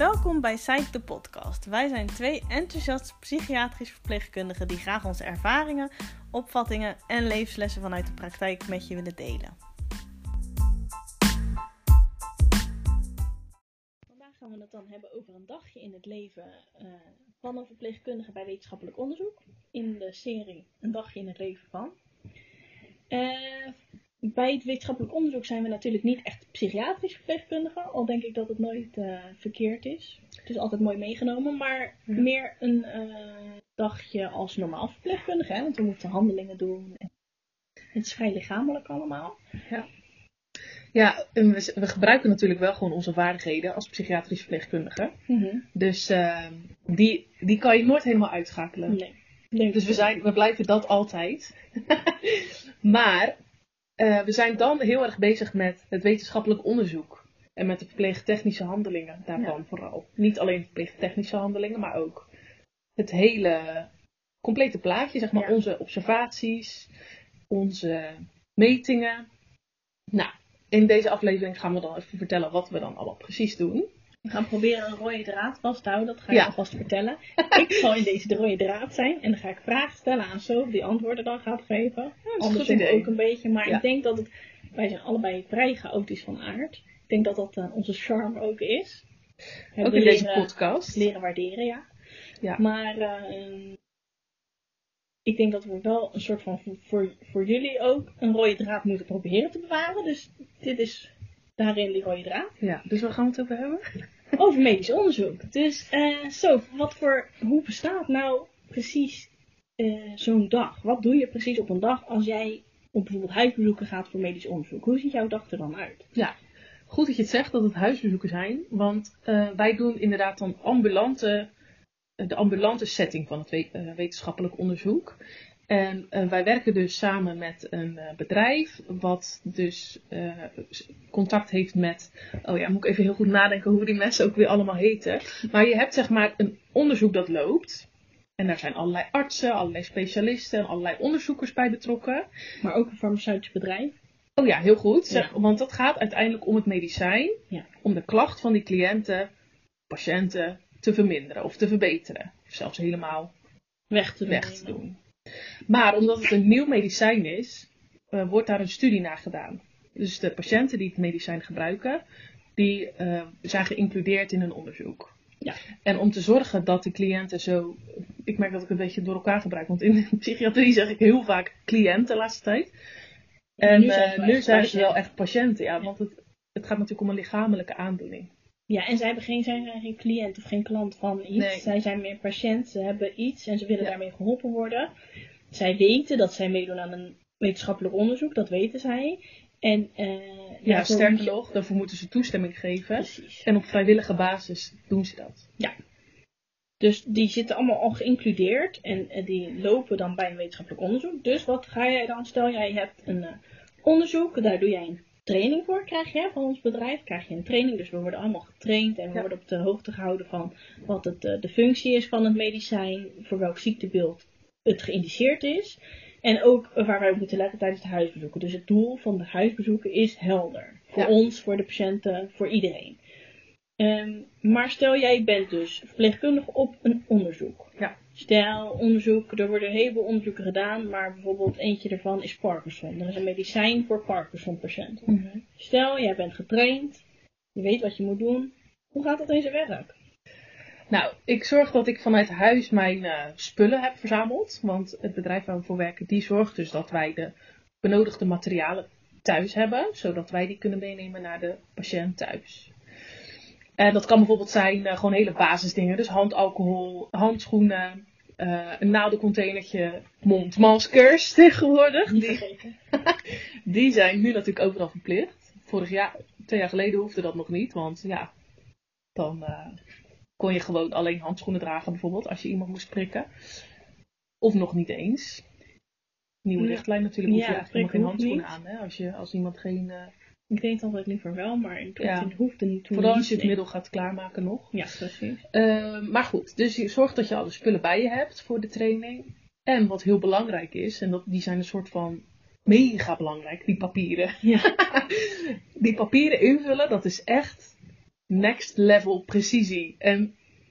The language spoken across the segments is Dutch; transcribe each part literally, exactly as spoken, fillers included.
Welkom bij Psych de podcast. Wij zijn twee enthousiaste psychiatrisch verpleegkundigen die graag onze ervaringen, opvattingen en levenslessen vanuit de praktijk met je willen delen. Vandaag gaan we het dan hebben over een dagje in het leven uh, van een verpleegkundige bij wetenschappelijk onderzoek. In de serie Een dagje in het leven van. Uh, Bij het wetenschappelijk onderzoek zijn we natuurlijk niet echt psychiatrisch verpleegkundigen. Al denk ik dat het nooit uh, verkeerd is. Het is altijd mooi meegenomen. Maar ja. meer een uh, dagje als normaal verpleegkundige. Hè? Want we moeten handelingen doen. En het is vrij lichamelijk allemaal. Ja, ja en we, we gebruiken natuurlijk wel gewoon onze vaardigheden als psychiatrisch verpleegkundige. Mm-hmm. Dus uh, die, die kan je nooit helemaal uitschakelen. Nee. nee dus we, zijn, we blijven dat altijd. maar... Uh, we zijn dan heel erg bezig met het wetenschappelijk onderzoek. En met de verpleegtechnische handelingen daarvan ja. vooral. Niet alleen verpleegtechnische handelingen, maar ook het hele complete plaatje. Zeg maar ja. onze observaties, onze metingen. Nou, in deze aflevering gaan we dan even vertellen wat we dan allemaal precies doen. We gaan proberen een rode draad vast te houden, dat ga ik ja. alvast vertellen. Ik zal in deze de rode draad zijn en dan ga ik vragen stellen aan Sof die antwoorden dan gaat geven. Ja, Anders is ook een beetje, maar ja. ik denk dat het, wij zijn allebei vrij chaotisch van aard. Ik denk dat dat uh, onze charme ook is. We ook in leren, deze podcast. Leren waarderen, ja. ja. Maar uh, ik denk dat we wel een soort van, voor, voor jullie ook, een rode draad moeten proberen te bewaren. Dus dit is daarin die rode draad. Ja, dus waar gaan we het over hebben? Over medisch onderzoek. Dus, uh, Sof, wat voor, hoe bestaat nou precies uh, zo'n dag? Wat doe je precies op een dag als jij op bijvoorbeeld huisbezoeken gaat voor medisch onderzoek? Hoe ziet jouw dag er dan uit? Ja, goed dat je het zegt dat het huisbezoeken zijn. Want uh, wij doen inderdaad dan ambulante, uh, de ambulante setting van het we- uh, wetenschappelijk onderzoek. En uh, wij werken dus samen met een uh, bedrijf wat dus uh, contact heeft met, oh ja, moet ik even heel goed nadenken hoe die mensen ook weer allemaal heten. Maar je hebt zeg maar een onderzoek dat loopt. En daar zijn allerlei artsen, allerlei specialisten en allerlei onderzoekers bij betrokken. Maar ook een farmaceutisch bedrijf. Oh ja, heel goed. Zeg, ja. Want dat gaat uiteindelijk om het medicijn. Ja. Om de klacht van die cliënten, patiënten te verminderen of te verbeteren. Of zelfs helemaal weg te, weg te doen. Maar omdat het een nieuw medicijn is, uh, wordt daar een studie naar gedaan. Dus de patiënten die het medicijn gebruiken, die uh, zijn geïncludeerd in een onderzoek. Ja. En om te zorgen dat de cliënten zo... Ik merk dat ik een beetje door elkaar gebruik, want in de psychiatrie zeg ik heel vaak cliënten de laatste tijd. En nu zijn, uh, nu zijn ze wel echt patiënten, ja, want het, het gaat natuurlijk om een lichamelijke aandoening. Ja, en zij hebben geen, zijn geen cliënt of geen klant van iets. Nee. Zij zijn meer patiënt, ze hebben iets en ze willen ja. daarmee geholpen worden. Zij weten dat zij meedoen aan een wetenschappelijk onderzoek, dat weten zij. En, uh, ja, ja sterker je... nog, daarvoor moeten ze toestemming geven. Precies. En op vrijwillige basis doen ze dat. Ja. Dus die zitten allemaal al geïncludeerd en uh, die lopen dan bij een wetenschappelijk onderzoek. Dus wat ga jij dan? Stel jij hebt een uh, onderzoek, daar doe jij een training voor, krijg je van ons bedrijf. Krijg je een training, dus we worden allemaal getraind en we ja. worden op de hoogte gehouden van wat het, uh, de functie is van het medicijn, voor welk ziektebeeld het geïndiceerd is. En ook uh, waar wij op moeten letten tijdens de huisbezoeken. Dus het doel van de huisbezoeken is helder. Voor ja. ons, voor de patiënten, voor iedereen. Um, maar stel jij bent dus verpleegkundige op een onderzoek. Ja. Stel onderzoek, er worden een heleboel onderzoeken gedaan, maar bijvoorbeeld eentje ervan is Parkinson. Er is een medicijn voor Parkinson patiënten. Mm-hmm. Stel jij bent getraind, je weet wat je moet doen. Hoe gaat dat in zijn werk? Nou, ik zorg dat ik vanuit huis mijn uh, spullen heb verzameld. Want het bedrijf waar we voor werken, die zorgt dus dat wij de benodigde materialen thuis hebben. Zodat wij die kunnen meenemen naar de patiënt thuis. En dat kan bijvoorbeeld zijn uh, gewoon hele basisdingen. Dus handalcohol, handschoenen, uh, een naaldencontainertje, mondmaskers tegenwoordig. Die, die zijn nu natuurlijk overal verplicht. Vorig jaar, twee jaar geleden hoefde dat nog niet. Want ja, dan uh, kon je gewoon alleen handschoenen dragen bijvoorbeeld als je iemand moest prikken. Of nog niet eens. Nieuwe ja. richtlijn natuurlijk, hoef je ja, eigenlijk helemaal geen handschoenen niet aan. Hè? Als, je, als iemand geen... Uh, Ik deed het altijd liever wel, maar toen ja. hoefde niet. Vooral als je het middel gaat klaarmaken nog. Ja, precies. Uh, maar goed, dus je zorgt dat je alle spullen bij je hebt voor de training. En wat heel belangrijk is, en dat, die zijn een soort van mega belangrijk, die papieren. Ja. Die papieren invullen, dat is echt next level precisie. En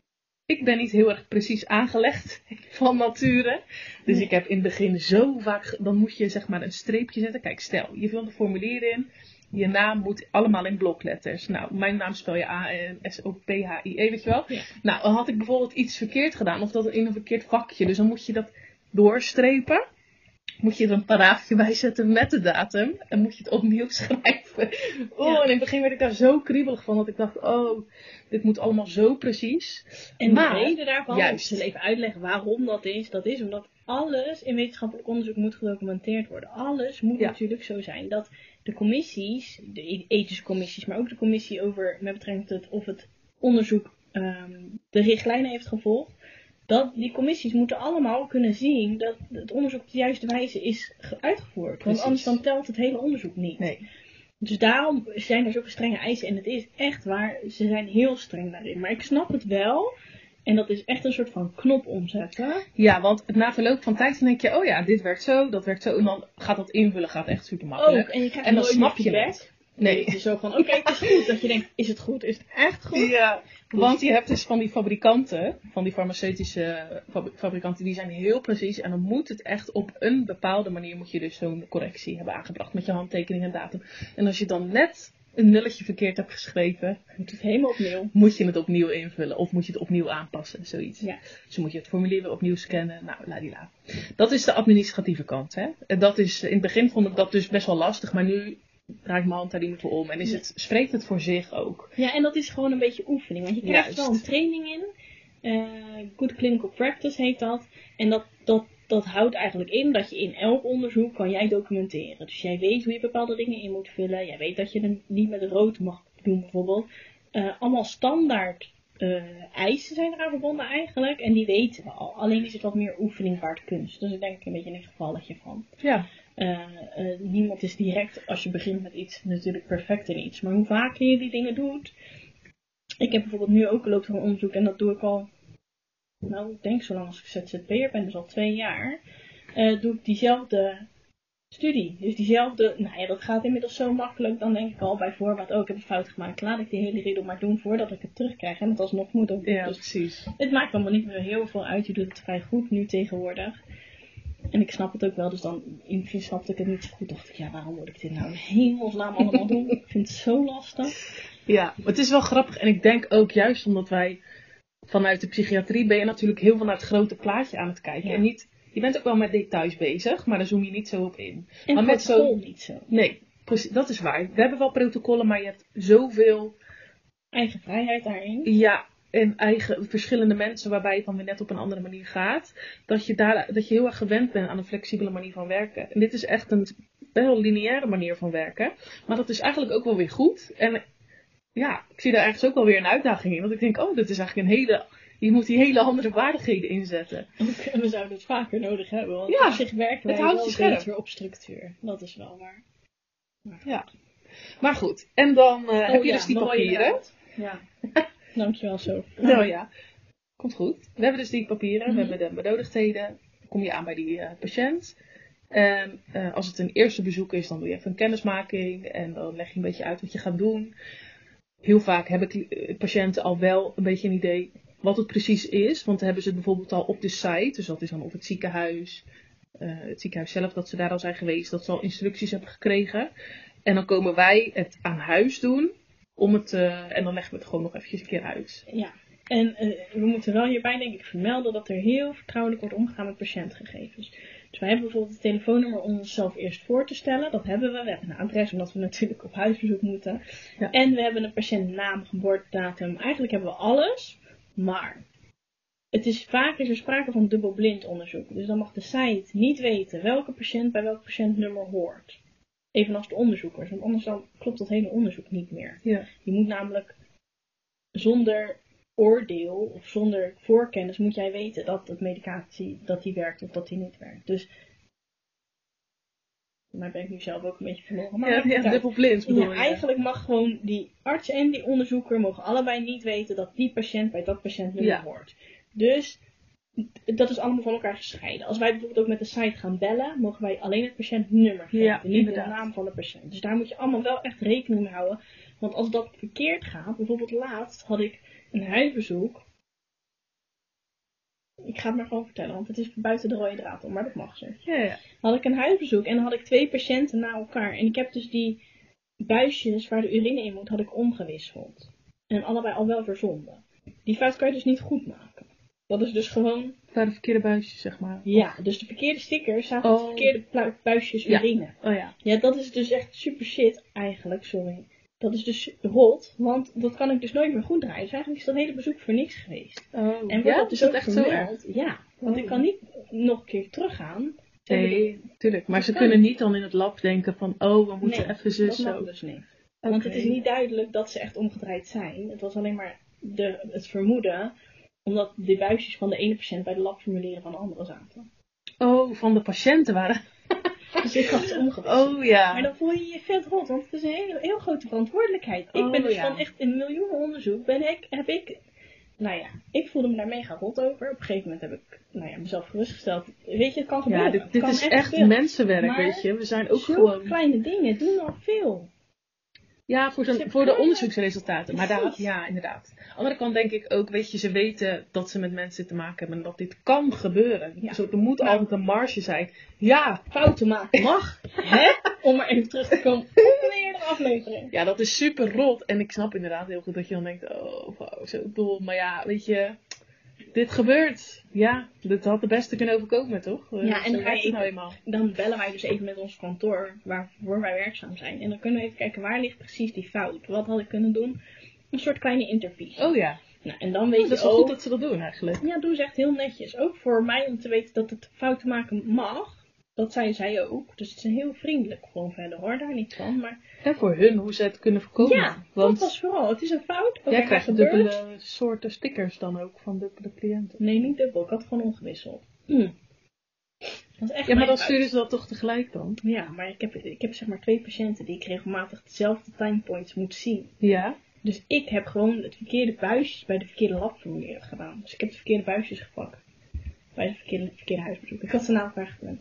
ik ben niet heel erg precies aangelegd van nature. Dus ik heb in het begin zo vaak... Dan moet je zeg maar een streepje zetten. Kijk, stel, je vult een formulier in. Je naam moet allemaal in blokletters. Nou, mijn naam spel je A N S O P H I E, weet je wel. Ja. Nou, dan had ik bijvoorbeeld iets verkeerd gedaan. Of dat in een verkeerd vakje. Dus dan moet je dat doorstrepen. Moet je er een paraafje bij zetten met de datum. En moet je het opnieuw schrijven. Oh, Ja. en in het begin werd ik daar zo kriebelig van. Dat ik dacht, oh, dit moet allemaal zo precies. En Maar, de reden daarvan, juist. ik zal even uitleggen waarom dat is. Dat is omdat alles in wetenschappelijk onderzoek moet gedocumenteerd worden. Alles moet Ja. natuurlijk zo zijn dat de commissies, de ethische commissies, maar ook de commissie over met betrekking tot of het onderzoek um, de richtlijnen heeft gevolgd. Dat die commissies moeten allemaal kunnen zien dat het onderzoek op de juiste wijze is ge- uitgevoerd. Want Precies. anders dan telt het hele onderzoek niet. Nee. Dus daarom zijn er zoveel strenge eisen. En het is echt waar, ze zijn heel streng daarin. Maar ik snap het wel. En dat is echt een soort van knop omzetten. Ja, want na verloop van tijd dan denk je, oh ja, dit werkt zo, dat werkt zo. En dan gaat dat invullen gaat echt super makkelijk. Ook, en je krijgt En dan nooit snap meer je feedback. het. Nee. Het is zo van, oké, het is goed. Dat je denkt, is het goed? Is het echt goed? Ja, want je hebt dus van die fabrikanten, van die farmaceutische fabri- fabrikanten, die zijn heel precies. En dan moet het echt op een bepaalde manier, moet je dus zo'n correctie hebben aangebracht met je handtekening en datum. En als je dan net een nulletje verkeerd hebt geschreven, Moet het helemaal opnieuw. moet je het opnieuw invullen of moet je het opnieuw aanpassen, zoiets. Ja. Dus moet je het formulier weer opnieuw scannen, nou, ladila. Dat is de administratieve kant, hè. En dat is, in het begin vond ik dat dus best wel lastig, maar nu draai ik mijn hand daar niet meer voor om. En is het, spreekt het voor zich ook. Ja, en dat is gewoon een beetje oefening. Want je krijgt Juist. wel een training in. Eh, Good Clinical Practice heet dat. En dat, dat, dat houdt eigenlijk in dat je in elk onderzoek kan jij documenteren. Dus jij weet hoe je bepaalde dingen in moet vullen. Jij weet dat je het niet met rood mag doen bijvoorbeeld. Uh, allemaal standaard uh, eisen zijn eraan verbonden eigenlijk. En die weten we al. Alleen is het wat meer oefening waard kunst. Dus ik denk een beetje een gevalletje van. Ja. Uh, uh, niemand is direct, als je begint met iets, natuurlijk perfect in iets. Maar hoe vaker je die dingen doet. Ik heb bijvoorbeeld nu ook loop een onderzoek en dat doe ik al, nou ik denk zolang als ik Z Z P'er ben, dus al twee jaar. Uh, doe ik diezelfde studie. Dus diezelfde, nou ja, dat gaat inmiddels zo makkelijk. Dan denk ik al bij voorbaat, oh ik heb een fout gemaakt. Laat ik die hele riddle maar doen voordat ik het terugkrijg. En het alsnog moet ook. Ja, dus precies. het maakt allemaal niet meer heel veel uit. Je doet het vrij goed nu tegenwoordig. En ik snap het ook wel, dus dan in het begin snapte ik het niet zo goed. Dacht ik, ja, waarom moet ik dit nou in hemelsnaam allemaal doen? Ik vind het zo lastig. Ja, maar het is wel grappig. En ik denk ook juist omdat wij vanuit de psychiatrie ben je natuurlijk heel veel naar het grote plaatje aan het kijken. Ja. En niet, je bent ook wel met details bezig, maar daar zoom je niet zo op in. En maar met protocol zo niet zo. Nee, precies, dat is waar. We hebben wel protocollen, maar je hebt zoveel Eigen vrijheid daarin. ja, en eigen verschillende mensen waarbij het dan weer net op een andere manier gaat. Dat je, daar, dat je heel erg gewend bent aan een flexibele manier van werken. En dit is echt een heel lineaire manier van werken. Maar dat is eigenlijk ook wel weer goed. En ja, ik zie daar ergens ook wel weer een uitdaging in. Want ik denk, oh, dit is eigenlijk een hele... Je moet die hele andere vaardigheden inzetten. En we zouden het vaker nodig hebben. Want Ja, op zich werken wij het houdt wel je scherp. beter op structuur. Dat is wel waar. Maar, Ja. Maar goed, en dan uh, oh, heb je ja, dus die mooi papieren. inderdaad. Ja. Dankjewel zo. Nou ja, komt goed. We hebben dus die papieren, Mhm. we hebben de benodigdheden. Dan kom je aan bij die uh, patiënt. En uh, als het een eerste bezoek is, dan doe je even een kennismaking. En dan leg je een beetje uit wat je gaat doen. Heel vaak hebben uh, patiënten al wel een beetje een idee wat het precies is. Want dan hebben ze het bijvoorbeeld al op de site. Dus dat is dan op het ziekenhuis. Uh, het ziekenhuis zelf, dat ze daar al zijn geweest. Dat ze al instructies hebben gekregen. En dan komen wij het aan huis doen. Om het, uh, en dan leggen we het gewoon nog eventjes een keer uit. Ja. En uh, we moeten wel hierbij denk ik vermelden dat er heel vertrouwelijk wordt omgegaan met patiëntgegevens. Dus wij hebben bijvoorbeeld het telefoonnummer om onszelf eerst voor te stellen. Dat hebben we. We hebben een adres omdat we natuurlijk op huisbezoek moeten. Ja. En we hebben een patiëntnaam, geboortedatum. Eigenlijk hebben we alles. Maar het is vaak is er sprake van dubbelblind onderzoek. Dus dan mag de site niet weten welke patiënt bij welk patiëntnummer hoort. Evenals de onderzoekers. Want anders dan klopt dat hele onderzoek niet meer. Ja. Je moet namelijk zonder oordeel of zonder voorkennis moet jij weten dat het medicatie dat die werkt of dat die niet werkt. Dus maar ben ik nu zelf ook een beetje verloren. Maar Ja, ja, dubbelblind bedoel ja, je. eigenlijk mag gewoon die arts en die onderzoeker mogen allebei niet weten dat die patiënt bij dat patiëntnummer Ja. hoort. Dus dat is allemaal van elkaar gescheiden. Als wij bijvoorbeeld ook met de site gaan bellen, mogen wij alleen het patiëntnummer geven. Ja, niet inderdaad. de naam van de patiënt. Dus daar moet je allemaal wel echt rekening mee houden. Want als dat verkeerd gaat, bijvoorbeeld laatst had ik een huisbezoek. Ik ga het maar gewoon vertellen, want het is buiten de rode draad om, maar dat mag zo. Ja, ja. Had ik een huisbezoek en dan had ik twee patiënten na elkaar. En ik heb dus die buisjes waar de urine in moet, had ik omgewisseld. En allebei al wel verzonden. Die fout kan je dus niet goed maken. Dat is dus gewoon... Bij de verkeerde buisjes, zeg maar. Ja, dus de verkeerde stickers zaten Oh. de verkeerde plu- buisjes Ja. urine. Oh ja. Ja, dat is dus echt super shit eigenlijk, sorry. Dat is dus rot, want dat kan ik dus nooit meer goed draaien. Dus eigenlijk is dat hele bezoek voor niks geweest. Oh, En wordt ja? dat dus is ook dat echt zo erg? vermeld? Ja, want Oh. ik kan niet nog een keer teruggaan. Ze hebben de- Nee, tuurlijk. Maar Dat ze kan kunnen niet. niet dan in het lab denken van, oh, we moeten Nee, even zus dat mag zo. dus niet. Want het is niet duidelijk dat ze echt omgedraaid zijn. Het was alleen maar de, het vermoeden, omdat de buisjes van de ene patiënt bij de labformulieren van de andere zaten. Oh, van de patiënten waren. Dus ik had ze omgewisseld. Oh ja. Maar dan voel je je vet rot, want het is een hele, heel grote verantwoordelijkheid. Ik Oh, ben dus ja. van echt een miljoenen onderzoek, ben ik, heb ik, nou ja, ik voelde me daar mega rot over. Op een gegeven moment heb ik, nou ja, mezelf gerustgesteld. Weet je, het kan gebeuren. Ja, dit, Het dit kan is echt echt gebeuren. mensenwerk, Maar weet je. We zijn ook Zulke gewoon... kleine dingen doen al veel. Ja, voor, Ze zo'n- hebben voor de kleine- onderzoeksresultaten. Maar daar, Precies. ja, inderdaad. Aan de andere kant denk ik ook, weet je, ze weten dat ze met mensen te maken hebben en dat dit kan gebeuren. Ja. Zo, er moet Nou. altijd een marge zijn. Ja, Fouten maken mag, hè? Om maar even terug te komen op een eerdere aflevering. ja, dat is super rot. En ik snap inderdaad heel goed dat je dan denkt, oh, wow, zo dom. Maar ja, weet je, dit gebeurt. Ja, dit had de beste kunnen overkomen, toch? Eh, Ja, en zo dan ga werkt je het nou even- eenmaal. Dan bellen wij dus even met ons kantoor waarvoor wij werkzaam zijn. En dan kunnen we even kijken waar ligt precies die fout. Wat had ik kunnen doen? Een soort kleine interview. Oh ja, Nou, en dan weet dat je is wel ook... goed dat ze dat doen eigenlijk. Ja, doen ze echt heel netjes. Ook voor mij om te weten dat het fouten maken mag. Dat zei zij ook. Dus het is heel vriendelijk gewoon verder hoor, daar niet van. Maar En voor hun, hoe ze het kunnen voorkomen. ja, Want dat was vooral. Het is een fout. Oké, jij het krijgt gebeurt. dubbele soorten stickers dan ook van dubbele cliënten. Nee, niet dubbel. Ik had het gewoon omgewisseld. Mm. Dat is echt Ja, maar mijn dan fout. sturen ze dat toch tegelijk dan? Ja, maar ik heb, ik heb zeg maar twee patiënten die ik regelmatig dezelfde timepoints moet zien. Ja. Dus ik heb gewoon het verkeerde buisjes bij de verkeerde labformulieren gedaan. Dus ik heb de verkeerde buisjes gepakt. Bij de verkeerde, verkeerde huisbezoek. Ik had ze na elkaar gepland.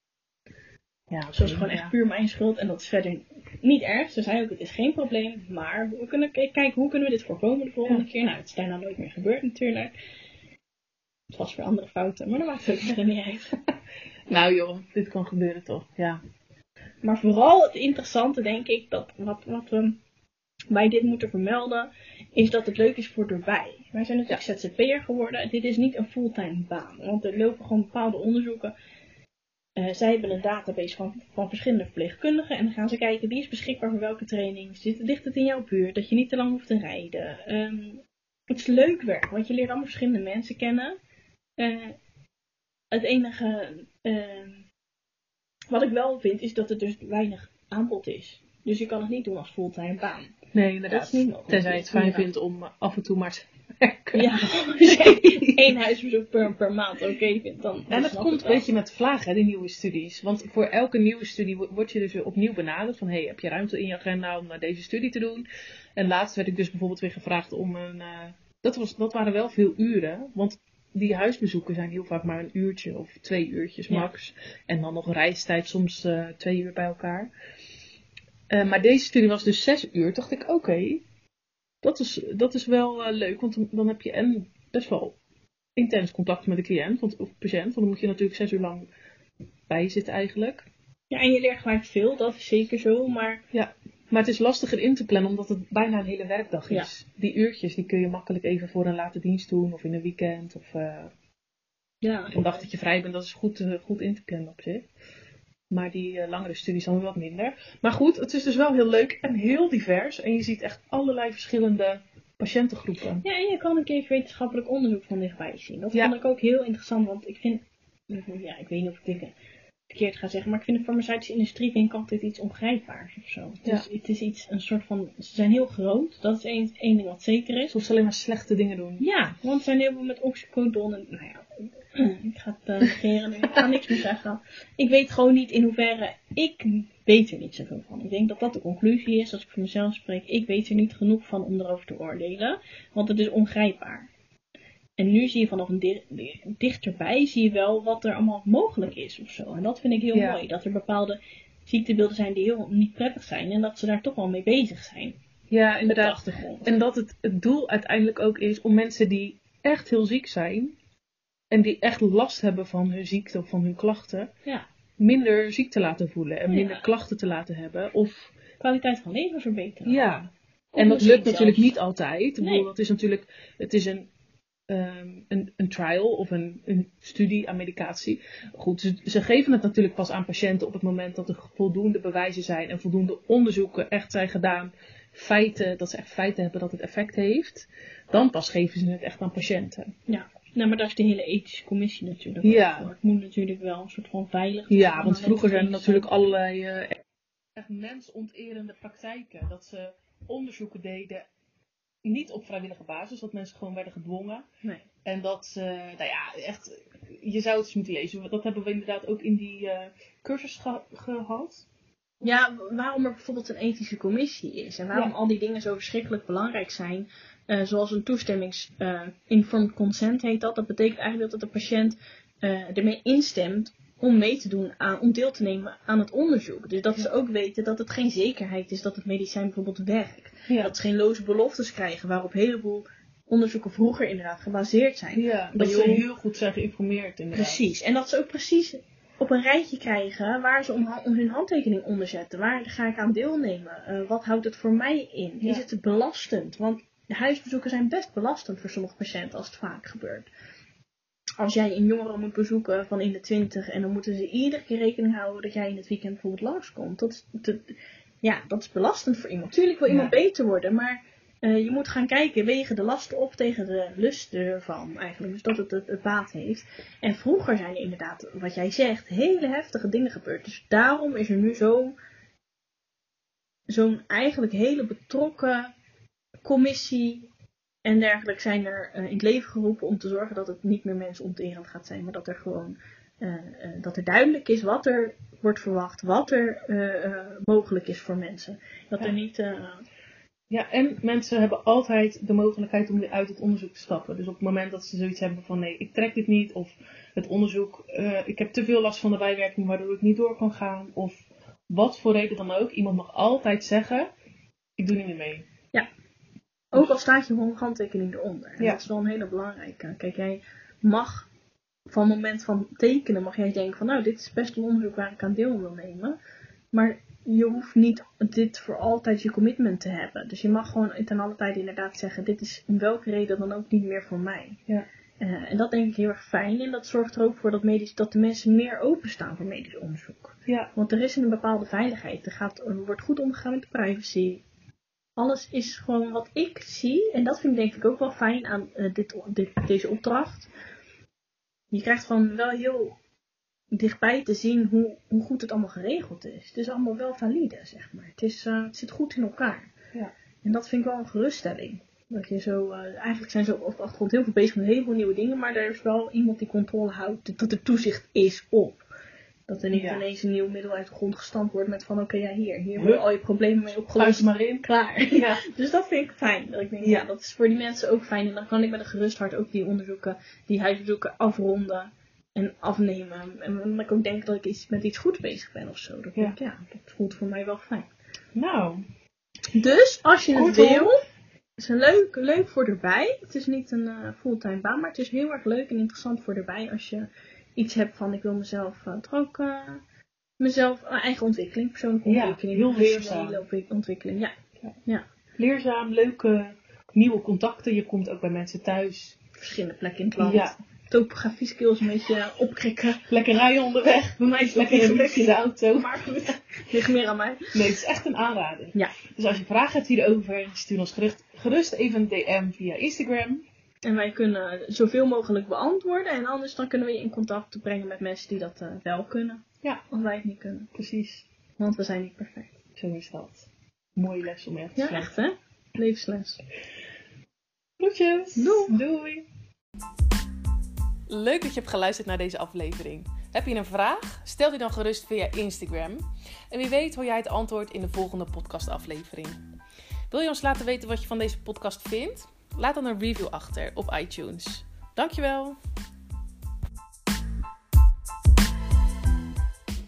Ja, Dus dat is gewoon echt puur mijn schuld. En dat is verder niet erg. Ze zei ook, het is geen probleem. Maar we kunnen k- kijken, hoe kunnen we dit voorkomen de volgende Ja. keer? Nou, het is daarna nooit meer gebeurd natuurlijk. Het was voor andere fouten. Maar dat maakt het ook verder niet uit. Nou joh, dit kan gebeuren toch? Ja. Maar vooral het interessante, denk ik, dat wat, wat we bij dit moeten vermelden, is dat het leuk is voor erbij. Wij zijn natuurlijk Z Z P'er geworden. Dit is niet een fulltime baan. Want er lopen gewoon bepaalde onderzoeken. Uh, zij hebben een database van, van verschillende verpleegkundigen. En dan gaan ze kijken wie is beschikbaar voor welke training. Zit, ligt het in jouw buurt? Dat je niet te lang hoeft te rijden. Um, het is leuk werk, want je leert allemaal verschillende mensen kennen. Uh, het enige uh, wat ik wel vind, is dat er dus weinig aanbod is. Dus je kan het niet doen als fulltime baan. Nee, inderdaad. Dat is niet mogelijk. Tenzij je het fijn Inderdaad. vindt om af en toe maar te werken. Ja, als je één huisbezoek per, per maand oké okay vindt, dan, dan En dat snap komt ik een wel. beetje met vragen, hè, die nieuwe studies. Want voor elke nieuwe studie wo- word je dus weer opnieuw benaderd. Van, hey, heb je ruimte in je agenda om naar deze studie te doen? En laatst werd ik dus bijvoorbeeld weer gevraagd om een... Uh, dat, was, dat waren wel veel uren. Want die huisbezoeken zijn heel vaak maar een uurtje of twee uurtjes Ja. max. En dan nog reistijd, soms uh, twee uur bij elkaar. Uh, maar deze studie was dus zes uur. Dacht ik, oké, okay, dat, is, dat is wel uh, leuk. Want dan, dan heb je en best wel intens contact met de cliënt want, of patiënt. Want dan moet je natuurlijk zes uur lang bij zitten eigenlijk. Ja, en je leert gelijk veel, dat is zeker zo. Maar Ja, maar het is lastiger in te plannen omdat het bijna een hele werkdag is. Ja. Die uurtjes die kun je makkelijk even voor een late dienst doen of in een weekend. Of uh, ja, een dag dat je vrij bent, dat is goed, uh, goed in te plannen op zich. Maar die uh, langere studies dan weer wat minder. Maar goed, het is dus wel heel leuk en heel divers. En je ziet echt allerlei verschillende patiëntengroepen. Ja, en je kan een keer wetenschappelijk onderzoek van dichtbij zien. Dat Ja. vond ik ook heel interessant, want ik vind, ja, ik weet niet of ik dingen verkeerd ga zeggen, maar ik vind de farmaceutische industrie vind ik altijd iets ongrijpbaars of zo. Ja. Dus het is iets, een soort van, ze zijn heel groot, dat is één, één ding wat zeker is. Alsof ze alleen maar slechte dingen doen. Ja, want ze zijn heel veel met oxycodon en, nou ja, ik ga het uh, negeren, ik ga niks meer zeggen. Ik weet gewoon niet in hoeverre, ik weet er niet zoveel van. Ik denk dat dat de conclusie is, als ik voor mezelf spreek. Ik weet er niet genoeg van om erover te oordelen, want het is ongrijpbaar. En nu zie je vanaf een di- dichterbij zie je wel wat er allemaal mogelijk is of zo. En dat vind ik heel Ja. mooi. Dat er bepaalde ziektebeelden zijn die heel niet prettig zijn. En dat ze daar toch wel mee bezig zijn. Ja, Op de inderdaad. achtergrond. En dat het, het doel uiteindelijk ook is om mensen die echt heel ziek zijn. En die echt last hebben van hun ziekte of van hun klachten. Ja. Minder ziek te laten voelen. En Ja. minder klachten te laten hebben. Of Kwaliteit van leven verbeteren. ja. Of En dat misschien lukt natuurlijk zelfs- niet altijd. Ik bedoel, Nee. dat is natuurlijk, het is een, um, een, een trial of een, een studie aan medicatie. Goed, ze, ze geven het natuurlijk pas aan patiënten op het moment dat er voldoende bewijzen zijn en voldoende onderzoeken echt zijn gedaan. Feiten, dat ze echt feiten hebben dat het effect heeft. Dan pas geven ze het echt aan patiënten. Ja. Nou, maar daar is de hele ethische commissie natuurlijk Ja. ook voor. Het moet natuurlijk wel een soort van veilig. Ja, want vroeger zijn er zijn natuurlijk allerlei uh, echt mensonterende praktijken. Dat ze onderzoeken deden, niet op vrijwillige basis, dat mensen gewoon werden gedwongen. Nee. En dat ze, nou ja, echt, je zou het eens moeten lezen. Dat hebben we inderdaad ook in die uh, cursus ge- gehad. Ja, waarom er bijvoorbeeld een ethische commissie is. En waarom Ja. al die dingen zo verschrikkelijk belangrijk zijn. Uh, zoals een toestemmings... Uh, informed consent heet dat. Dat betekent eigenlijk dat de patiënt uh, ermee instemt om mee te doen aan, om deel te nemen aan het onderzoek. Dus dat Ja. ze ook weten dat het geen zekerheid is dat het medicijn bijvoorbeeld werkt. Ja. Dat ze geen loze beloftes krijgen waarop een heleboel onderzoeken vroeger inderdaad gebaseerd zijn. Ja, Maar dat ze joh, heel goed zijn geïnformeerd inderdaad. Precies. En dat ze ook precies op een rijtje krijgen waar ze om, ha- om hun handtekening onder zetten. Waar ga ik aan deelnemen? Uh, wat houdt het voor mij in? Ja. Is het belastend? Want de huisbezoeken zijn best belastend voor sommige patiënten als het vaak gebeurt. Als jij een jongere moet bezoeken van in de twintig en dan moeten ze iedere keer rekening houden dat jij in het weekend bijvoorbeeld langskomt. Dat is, te, ja, dat is belastend voor iemand. Tuurlijk wil iemand Ja. beter worden, maar uh, je moet gaan kijken, wegen de lasten op tegen de lust ervan eigenlijk. Dus dat het het, het baat heeft. En vroeger zijn er inderdaad, wat jij zegt, hele heftige dingen gebeurd. Dus daarom is er nu zo'n zo'n eigenlijk hele betrokken commissie en dergelijke zijn er uh, in het leven geroepen om te zorgen dat het niet meer mensonterend gaat zijn, maar dat er gewoon uh, uh, dat er duidelijk is wat er wordt verwacht, wat er uh, uh, mogelijk is voor mensen. Dat Ja. er niet... Uh, Ja, en mensen hebben altijd de mogelijkheid om weer uit het onderzoek te stappen. Dus op het moment dat ze zoiets hebben van nee, ik trek dit niet. Of het onderzoek, uh, ik heb te veel last van de bijwerking waardoor ik niet door kan gaan. Of wat voor reden dan ook. Iemand mag altijd zeggen, ik doe niet meer mee. Ja. Ook al staat je gewoon handtekening eronder. En Ja. dat is wel een hele belangrijke. Kijk, jij mag van het moment van tekenen, mag jij denken van nou, dit is best een onderzoek waar ik aan deel wil nemen. Maar je hoeft niet dit voor altijd je commitment te hebben. Dus je mag gewoon ten alle tijde inderdaad zeggen, dit is om welke reden dan ook niet meer voor mij. Ja. Uh, en dat denk ik heel erg fijn. En dat zorgt er ook voor dat, medisch, dat de mensen meer openstaan voor medisch onderzoek. Ja. Want er is een bepaalde veiligheid. Er, gaat, er wordt goed omgegaan met de privacy. Alles is gewoon wat ik zie. En dat vind ik denk ik ook wel fijn aan uh, dit, dit, deze opdracht. Je krijgt gewoon wel heel dichtbij te zien hoe, hoe goed het allemaal geregeld is. Het is allemaal wel valide, zeg maar. Het, is, uh, het zit goed in elkaar. Ja. En dat vind ik wel een geruststelling. Dat je zo, uh, eigenlijk zijn ze op de achtergrond heel veel bezig met heel veel nieuwe dingen. Maar er is wel iemand die controle houdt. Dat er toezicht is op. Dat er niet Ja. ineens een nieuw middel uit de grond gestampt wordt met van oké, okay, ja hier, hier Hup. worden al je problemen mee Sluit opgelost. ze maar in. Klaar. Ja. Dus dat vind ik fijn. Dat ik denk, Ja. ja, dat is voor die mensen ook fijn. En dan kan ik met een gerust hart ook die onderzoeken, die huisbezoeken afronden en afnemen. En dan ik ook denk dat ik iets, met iets goeds bezig ben of zo. Dat Ja. denk ik, ja, dat voelt voor mij wel fijn. Nou, Dus als je het Kortom. wil, is een leuk, leuk voor erbij. Het is niet een uh, fulltime baan, maar het is heel erg leuk en interessant voor erbij als je iets hebt van ik wil mezelf uh, toch ook uh, mezelf uh, eigen ontwikkeling, persoonlijke Ja, ontwikkeling, heel professionele leerzaam. ontwik- ontwikkeling. Ja. Ja. ja, leerzaam, leuke, nieuwe contacten. Je komt ook bij mensen thuis. verschillende plekken in het land. Ja. Topografie skills een beetje opkrikken. Lekker rijden onderweg. Bij mij is het Lekker niet een gelukt. in de auto. Maar goed, ligt meer aan mij. Nee, het is echt een aanrader. Ja. Dus als je vragen hebt hierover, stuur ons gerust, gerust even een D M via Instagram. En wij kunnen zoveel mogelijk beantwoorden. En anders dan kunnen we je in contact brengen met mensen die dat uh, wel kunnen. Ja. Als wij het niet kunnen. Precies. Want we zijn niet perfect. Zo is dat. Mooie les om echt te Ja, slagen. echt hè? Levensles. Groetjes. Doei. Doei. Leuk dat je hebt geluisterd naar deze aflevering. Heb je een vraag? Stel die dan gerust via Instagram. En wie weet hoor jij het antwoord in de volgende podcastaflevering. Wil je ons laten weten wat je van deze podcast vindt? Laat dan een review achter op iTunes. Dankjewel!